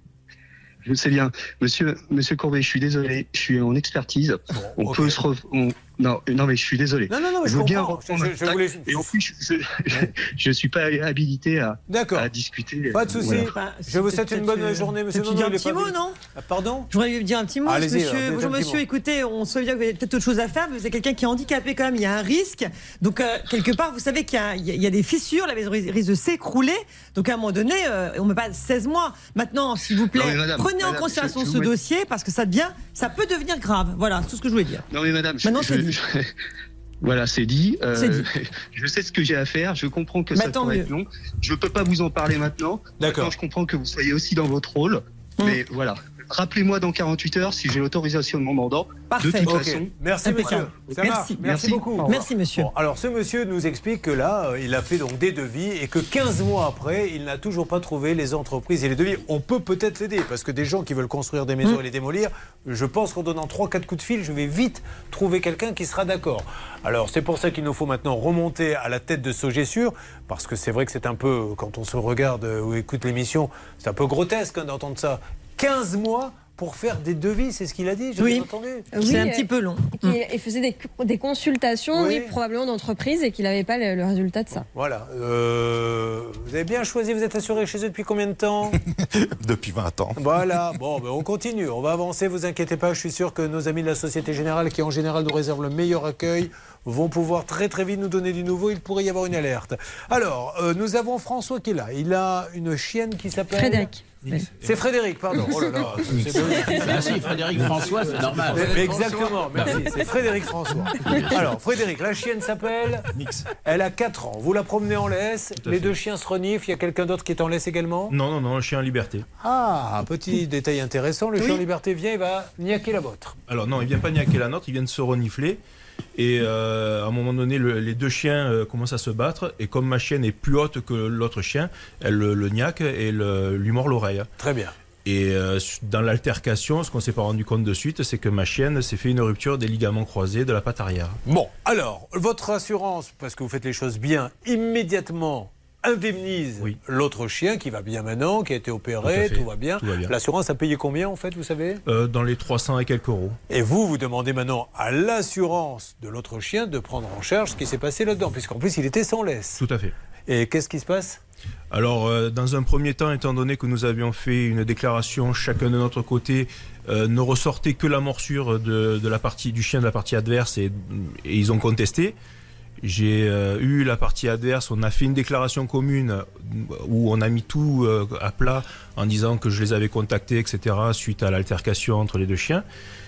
Je sais bien. Monsieur, monsieur Courbet, je suis désolé. Je suis en expertise. Bon, on okay. peut se... Re... On... Non, non, mais je suis désolé. Non, non, non, je, je veux bien reprendre. Je, je voulais... Et en plus, je ne suis pas habilité à, à discuter. Pas de souci. Voilà. Bah, je vous souhaite une bonne euh, journée, monsieur. Tu dis un petit mot, non? Ah, pardon? Je voudrais dire un petit mot. Ah, monsieur. Bonjour, monsieur. Écoutez, on se dit que vous avez peut-être autre chose à faire, mais vous êtes quelqu'un qui est handicapé quand même. Il y a un risque. Donc, euh, quelque part, vous savez qu'il y a, il y a des fissures. La maison risque de s'écrouler. Donc, à un moment donné, euh, on ne met pas seize mois. Maintenant, s'il vous plaît, non, madame, prenez madame, en considération je, je ce mets... dossier parce que ça devient, ça peut devenir grave. Voilà, c'est tout ce que je voulais dire. Non, mais madame, maintenant, je, c'est dit. Je... Voilà, c'est dit. Euh, c'est dit. Je sais ce que j'ai à faire. Je comprends que bah, ça pourrait être long. Je ne peux pas vous en parler maintenant. D'accord. Maintenant, je comprends que vous soyez aussi dans votre rôle. Mmh. Mais voilà. Rappelez-moi dans quarante-huit heures si j'ai l'autorisation de mon mandat. Parfait. De toute okay. façon. Merci, monsieur. Ça merci. Merci. Merci beaucoup. Merci, monsieur. Bon, alors, ce monsieur nous explique que là, il a fait donc des devis et que quinze mois après, il n'a toujours pas trouvé les entreprises et les devis. On peut peut-être l'aider parce que des gens qui veulent construire des maisons mmh. et les démolir, je pense qu'en donnant trois quatre coups de fil, je vais vite trouver quelqu'un qui sera d'accord. Alors, c'est pour ça qu'il nous faut maintenant remonter à la tête de Sogessure parce que c'est vrai que c'est un peu, quand on se regarde ou écoute l'émission, c'est un peu grotesque hein, d'entendre ça. quinze mois pour faire des devis, c'est ce qu'il a dit, j'ai oui. entendu. Oui, c'est un petit peu long. Il, il faisait des, des consultations, oui. oui, probablement d'entreprise, et qu'il n'avait pas le, le résultat de ça. Voilà. Euh, vous avez bien choisi, vous êtes assuré chez eux depuis combien de temps? Depuis vingt ans. Voilà, bon, ben on continue, on va avancer, vous inquiétez pas, je suis sûr que nos amis de la Société Générale, qui en général nous réservent le meilleur accueil, vont pouvoir très très vite nous donner du nouveau, il pourrait y avoir une alerte. Alors, euh, nous avons François qui est là, il a une chienne qui s'appelle... Frédéric. C'est Frédéric, pardon. Oh là là. Ah si, Frédéric François, c'est normal. Mais exactement, merci. C'est Frédéric François. Alors, Frédéric, la chienne s'appelle Nix. Elle a quatre ans. Vous la promenez en laisse. Les deux chiens se reniflent. Il y a quelqu'un d'autre qui est en laisse également? Non, non, non, le chien en liberté. Ah, un petit détail intéressant. Le Oui. chien en liberté vient et va niaquer la vôtre. Alors non, il vient pas niaquer la nôtre, il vient de se renifler. Et euh, à un moment donné, le- les deux chiens euh, commencent à se battre. Et comme ma chienne est plus haute que l'autre chien, elle le, le niaque et le- lui mord l'oreille. Très bien. Et euh, dans l'altercation, ce qu'on s'est pas rendu compte de suite, c'est que ma chienne s'est fait une rupture des ligaments croisés de la patte arrière. Bon, alors, votre assurance, parce que vous faites les choses bien, immédiatement indemnise l'autre chien qui va bien maintenant, qui a été Tout à opéré, fait. tout va bien. Tout va bien. L'assurance a payé combien en fait, vous savez? Euh, dans les trois cents et quelques euros. Et vous, vous demandez maintenant à l'assurance de l'autre chien de prendre en charge ce qui s'est passé là-dedans, puisqu'en plus il était sans laisse. Tout à fait. Et qu'est-ce qui se passe? Alors, euh, dans un premier temps, étant donné que nous avions fait une déclaration chacun de notre côté, euh, ne ressortait que la morsure de, de la partie du chien de la partie adverse et, et ils ont contesté. J'ai euh, eu la partie adverse, on a fait une déclaration commune où on a mis tout euh, à plat en disant que je les avais contactés, et cetera, suite à l'altercation entre les deux chiens.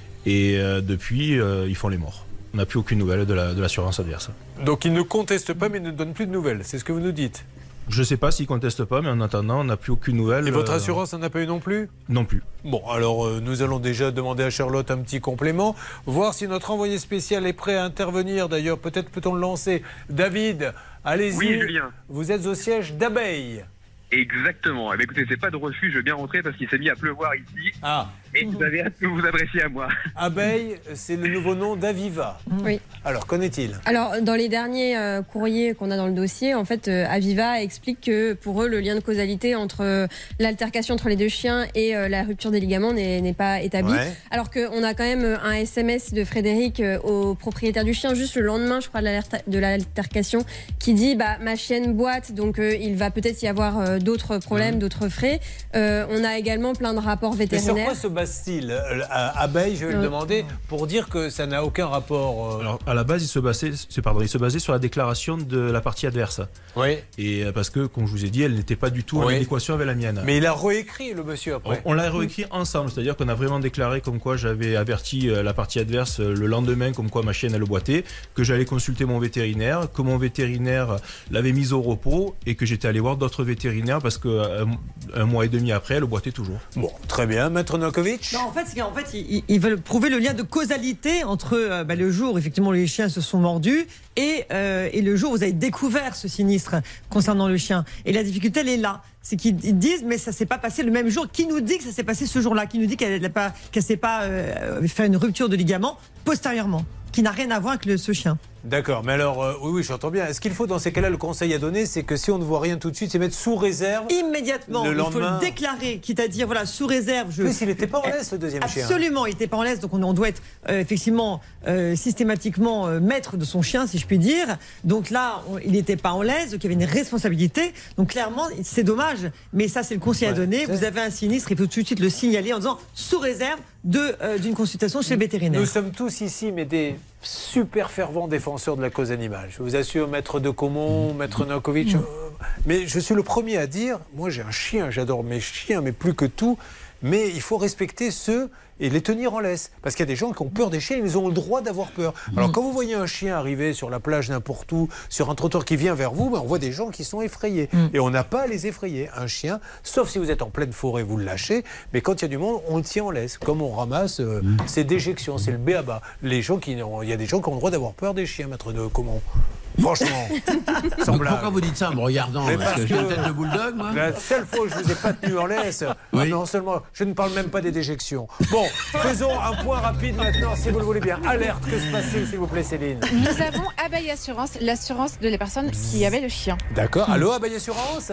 Et euh, depuis, euh, ils font les morts. On n'a plus aucune nouvelle de la- de l'assurance adverse. Donc il ne conteste pas mais il ne donne plus de nouvelles, c'est ce que vous nous dites? Je ne sais pas s'ils contestent pas, mais en attendant, on n'a plus aucune nouvelle. Et votre euh, assurance n'en a pas eu non plus? Non plus. Bon, alors euh, nous allons déjà demander à Charlotte un petit complément, voir si notre envoyé spécial est prêt à intervenir. D'ailleurs, peut-être peut-on le lancer. David, allez-y. Oui, Julien. Vous êtes au siège d'Abeille. Exactement. Eh bien, écoutez, c'est pas de refus, je veux bien rentrer parce qu'il s'est mis à pleuvoir ici. Ah. Et vous avez hâte de vous adresser à moi. Abeille, c'est le nouveau nom d'Aviva. Oui. Alors, qu'en est-il? Alors, dans les derniers euh, courriers qu'on a dans le dossier, en fait, euh, Aviva explique que pour eux, le lien de causalité entre euh, l'altercation entre les deux chiens et euh, la rupture des ligaments n'est n'est pas établi. Ouais. Alors qu'on a quand même euh, un S M S de Frédéric euh, au propriétaire du chien, juste le lendemain, je crois, de l'alter- de l'altercation, qui dit bah, ma chienne boite, donc euh, il va peut-être y avoir euh, d'autres problèmes, d'autres frais. Euh, on a également plein de rapports Mais sur vétérinaires. quoi se base-t-il euh, à Abeille, je vais le Euh. demander, pour dire que ça n'a aucun rapport. euh, Alors, à la base, il se basait, c'est- pardon, il se basait sur la déclaration de la partie adverse. Oui. Et euh, parce que, comme je vous ai dit, elle n'était pas du tout en Oui. adéquation avec la mienne. Mais il a réécrit le monsieur après. On, on l'a réécrit ensemble, c'est-à-dire qu'on a vraiment déclaré comme quoi j'avais averti euh, la partie adverse euh, le lendemain, comme quoi ma chienne elle boitait, que j'allais consulter mon vétérinaire, que mon vétérinaire l'avait mise au repos et que j'étais allé voir d'autres vétérinaires parce que euh, un mois et demi après, elle boitait toujours. Bon, très bien. Maître Nokovic. Non, en fait, c'est qu'en fait, ils, ils veulent prouver le lien de causalité entre euh, bah, le jour où effectivement les chiens se sont mordus et, euh, et le jour où vous avez découvert ce sinistre concernant le chien. Et la difficulté, elle est là. C'est qu'ils ils disent, mais ça s'est pas passé le même jour. Qui nous dit que ça s'est passé ce jour-là? Qui nous dit qu'elle n'a pas, qu'elle s'est pas euh, fait une rupture de ligament postérieurement, qui n'a rien à voir avec le, ce chien? D'accord, mais alors, euh, oui, oui, j'entends bien. Est-ce qu'il faut, dans ces cas-là, le conseil à donner, c'est que si on ne voit rien tout de suite, c'est mettre sous réserve Immédiatement, le il faut lendemain. le déclarer, quitte à dire, voilà, sous réserve. Je... En plus, il n'était pas en laisse, le deuxième chien. Absolument, il n'était pas en laisse, donc on, on doit être euh, effectivement euh, systématiquement euh, maître de son chien, si je puis dire. Donc là, on- il n'était pas en laisse, donc il y avait une responsabilité. Donc clairement, c'est dommage, mais ça, c'est le conseil à Ouais, donner. c'est- Vous avez un sinistre, il faut tout de suite le signaler en disant sous réserve de, euh, d'une consultation chez le vétérinaire. Nous sommes tous ici, mais des super fervents défenseurs de la cause animale. Je vous assure, maître de Comont, maître Nokovic, euh, mais je suis le premier à dire, moi j'ai un chien, j'adore mes chiens, mais plus que tout, mais il faut respecter ceux et les tenir en laisse. Parce qu'il y a des gens qui ont peur des chiens, ils ont le droit d'avoir peur. Alors quand vous voyez un chien arriver sur la plage n'importe où, sur un trottoir qui vient vers vous, ben, on voit des gens qui sont effrayés. Et on n'a pas à les effrayer. Un chien, sauf si vous êtes en pleine forêt, vous le lâchez, mais quand il y a du monde, on le tient en laisse. Comme on ramasse euh, ses déjections, c'est le b a ba. Les gens qui, il y a des gens qui ont le droit d'avoir peur des chiens, maître de comment? Franchement, sans Donc blague. pourquoi vous dites ça en me regardant? Mais Parce que parce j'ai une que- tête de bulldog, moi. La seule fois où je vous ai pas tenu en laisse, Oui. ah non seulement, je ne parle même pas des déjections. Bon, faisons un point rapide maintenant, si vous le voulez bien. Alerte, que se passe-t-il, s'il vous plaît, Céline? Nous avons Abeille Assurance, l'assurance de la personne qui avait le chien. D'accord. Allô, Abeille Assurance?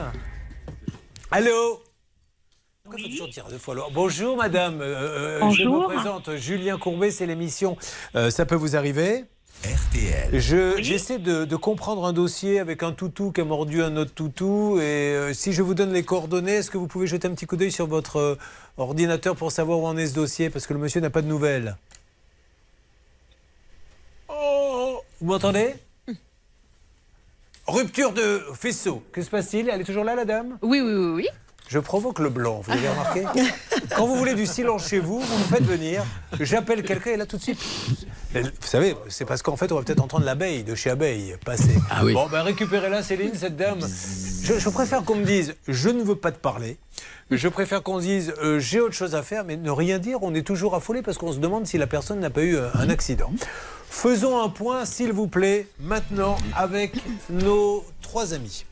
Allô? Pourquoi faut toujours dire deux fois allô? Bonjour, madame. Euh, euh, Bonjour. Je me présente, Julien Courbet, c'est l'émission euh, Ça peut vous arriver? R T L. Je- J'essaie de, de comprendre un dossier avec un toutou qui a mordu un autre toutou. Et euh, si je vous donne les coordonnées, est-ce que vous pouvez jeter un petit coup d'œil sur votre euh, ordinateur pour savoir où en est ce dossier? Parce que le monsieur n'a pas de nouvelles. Oh, vous m'entendez? Rupture de faisceau. Que se passe-t-il? Elle est toujours là, la dame? Oui, oui, oui, oui. Je provoque le blanc, vous avez remarqué? Quand vous voulez du silence chez vous, vous me faites venir, j'appelle quelqu'un et là tout de suite... Vous savez, c'est parce qu'en fait, on va peut-être entendre l'abeille de chez Abeille passer. Ah oui. Bon, ben récupérez-la, Céline, cette dame. Je, je préfère qu'on me dise, je ne veux pas te parler. Je préfère qu'on se dise, euh, j'ai autre chose à faire, mais ne rien dire, on est toujours affolé parce qu'on se demande si la personne n'a pas eu euh, un accident. Faisons un point, s'il vous plaît, maintenant avec nos trois amis.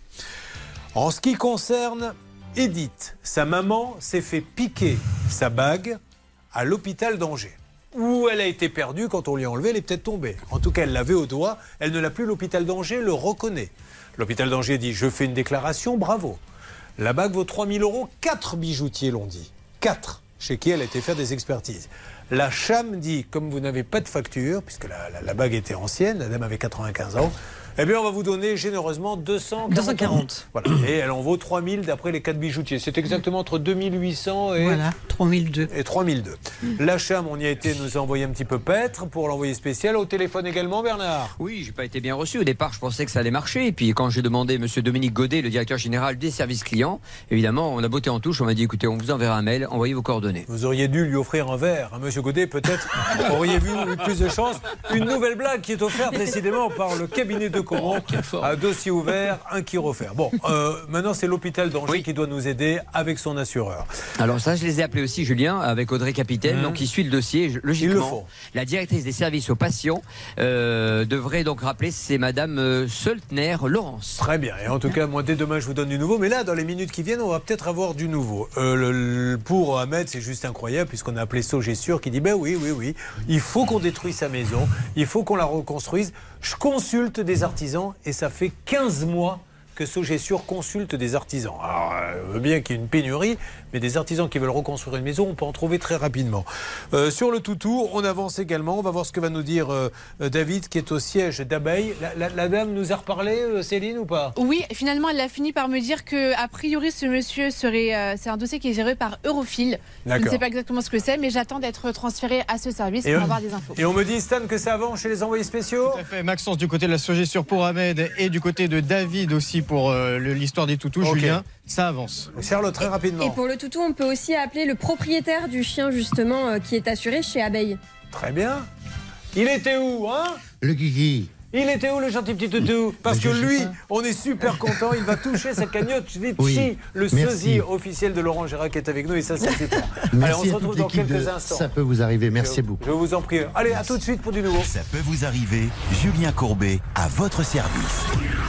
En ce qui concerne Edith, sa maman s'est fait piquer sa bague à l'hôpital d'Angers. Où elle a été perdue, quand on lui a enlevé, elle est peut-être tombée. En tout cas, elle l'avait au doigt, elle ne l'a plus, l'hôpital d'Angers le reconnaît. L'hôpital d'Angers dit, je fais une déclaration, bravo. La bague vaut trois mille euros, quatre bijoutiers l'ont dit. Quatre, chez qui elle a été faire des expertises. La Cham dit, comme vous n'avez pas de facture, puisque la, la, la bague était ancienne, la dame avait quatre-vingt-quinze ans, eh bien on va vous donner généreusement deux cent quarante. Voilà. Et elle en vaut trois mille d'après les quatre bijoutiers. C'est exactement entre deux mille huit cents et... Voilà, trois mille deux. Et trois mille deux. La Cham, on y a été, nous a envoyé un petit peu paître pour l'envoyer spécial. Au téléphone également, Bernard. Oui, j'ai pas été bien reçu. Au départ, je pensais que ça allait marcher. Et puis quand j'ai demandé M. Dominique Godet, le directeur général des services clients, évidemment, on a botté en touche. On m'a dit, écoutez, on vous enverra un mail, envoyez vos coordonnées. Vous auriez dû lui offrir un verre. Hein, M. Godet, peut-être auriez-vous eu plus de chance. Une nouvelle blague qui est offerte décidément par le cabinet de Coron. Un dossier ouvert, un qui refaire. Bon, euh, maintenant c'est l'hôpital d'Angers oui. qui doit nous aider avec son assureur. Alors ça, je les ai appelés aussi, Julien, avec Audrey Capitaine, mmh. donc qui suit le dossier. Logiquement, la directrice des services aux patients euh, devrait donc rappeler, c'est Madame euh, Soltner Laurence. Très bien. Et en tout cas, moi dès demain, je vous donne du nouveau. Mais là, dans les minutes qui viennent, on va peut-être avoir du nouveau. Euh, le, le, pour Ahmed, c'est juste incroyable puisqu'on a appelé Sogessur qui dit ben oui, oui, oui, il faut qu'on détruise sa maison, il faut qu'on la reconstruise. Je consulte des artisans et ça fait quinze mois que Sogessur consulte des artisans. Alors, je veux bien qu'il y ait une pénurie, mais des artisans qui veulent reconstruire une maison, on peut en trouver très rapidement. Euh, sur le toutou, on avance également. On va voir ce que va nous dire euh, David, qui est au siège d'Abeille. La, la, la dame nous a reparlé, euh, Céline, ou pas? Oui, finalement, elle a fini par me dire que, a priori, ce monsieur serait... Euh, c'est un dossier qui est géré par Eurofil. Je ne sais pas exactement ce que c'est, mais j'attends d'être transféré à ce service et pour on, avoir des infos. Et on me dit, Stan, que ça avance chez les envoyés spéciaux? Tout à fait. Maxence du côté de la Sogessur pour Ahmed et du côté de David aussi pour euh, l'histoire des toutous, okay. Julien, ça avance. Charlotte, très rapidement. Et pour le toutou, on peut aussi appeler le propriétaire du chien, justement, euh, qui est assuré chez Abeille. Très bien. Il était où, hein? Le Guigui. Il était où, le gentil petit toutou? Parce que lui, on est super content, il va toucher sa cagnotte Litchi, oui. le sosie officiel de Laurent Gérard qui est avec nous, et ça, c'est super. Allez, on se retrouve dans quelques instants. Ça peut vous arriver, merci je, beaucoup. Je vous en prie. Allez, à tout de suite pour du nouveau. Ça peut vous arriver, Julien Courbet, à votre service.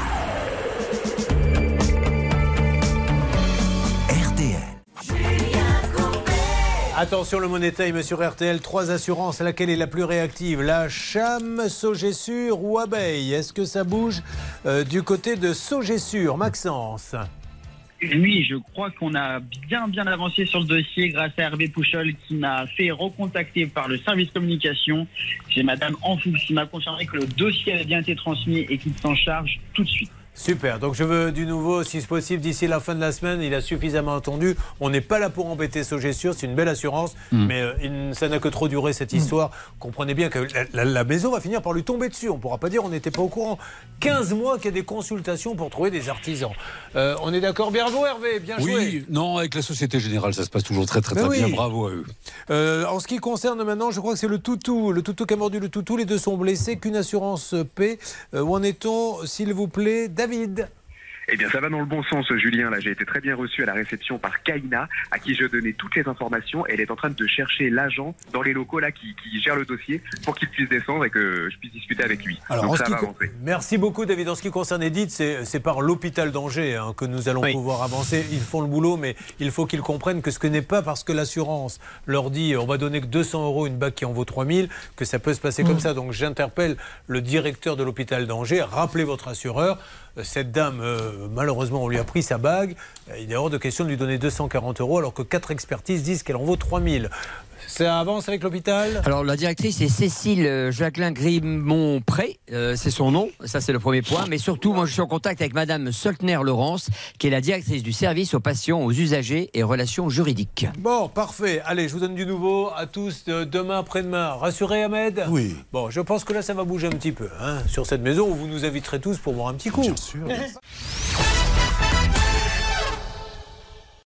Attention, le Money Time sur R T L, trois assurances, laquelle est la plus réactive? La Cham, Sogessur ou Abeille? Est-ce que ça bouge euh, du côté de Sogessur, Maxence? Oui, je crois qu'on a bien bien avancé sur le dossier grâce à Hervé Pouchol qui m'a fait recontacter par le service communication. J'ai Madame Anfoux qui m'a confirmé que le dossier avait bien été transmis et qu'il s'en charge tout de suite. Super, donc je veux du nouveau, si c'est possible, d'ici la fin de la semaine. Il a suffisamment entendu. On n'est pas là pour embêter Sogessur, c'est une belle assurance, mmh. mais euh, il, ça n'a que trop duré cette histoire. Mmh. Comprenez bien que la, la, la maison va finir par lui tomber dessus. On ne pourra pas dire on n'était pas au courant. quinze mois qu'il y a des consultations pour trouver des artisans. Euh, on est d'accord, bravo Hervé, bien joué. Oui, non, avec la Société Générale, ça se passe toujours très très très oui. bien, bravo à eux. Euh, en ce qui concerne maintenant, je crois que c'est le toutou, le toutou qui a mordu le toutou, les deux sont blessés, qu'une assurance paie. Euh, où en est-on, s'il vous plaît, David? Eh bien, ça va dans le bon sens, Julien. Là, j'ai été très bien reçu à la réception par Kaina, à qui je donnais toutes les informations. Elle est en train de chercher l'agent dans les locaux là qui, qui gère le dossier pour qu'il puisse descendre et que je puisse discuter avec lui. Alors, donc ça va co- avancer. Merci beaucoup, David. En ce qui concerne Edith, c'est, c'est par l'hôpital d'Angers hein, que nous allons oui. pouvoir avancer. Ils font le boulot, mais il faut qu'ils comprennent que ce n'est pas parce que l'assurance leur dit on va donner que deux cents euros une bague qui en vaut trois mille que ça peut se passer mmh. comme ça. Donc, j'interpelle le directeur de l'hôpital d'Angers. Rappelez votre assureur. Cette dame, euh, malheureusement, on lui a pris sa bague. Il est hors de question de lui donner deux cent quarante euros alors que quatre expertises disent qu'elle en vaut trois mille. Ça avance avec l'hôpital? Alors la directrice c'est Cécile Jacqueline Grimont-Pré, euh, c'est son nom, ça c'est le premier point. Mais surtout, moi je suis en contact avec Madame Soltner Laurence, qui est la directrice du service aux patients, aux usagers et relations juridiques. Bon, parfait. Allez, je vous donne du nouveau à tous de demain, après-demain. Rassuré, Ahmed? Oui. Bon, je pense que là ça va bouger un petit peu hein, sur cette maison où vous nous inviterez tous pour boire un petit coup. Bien sûr.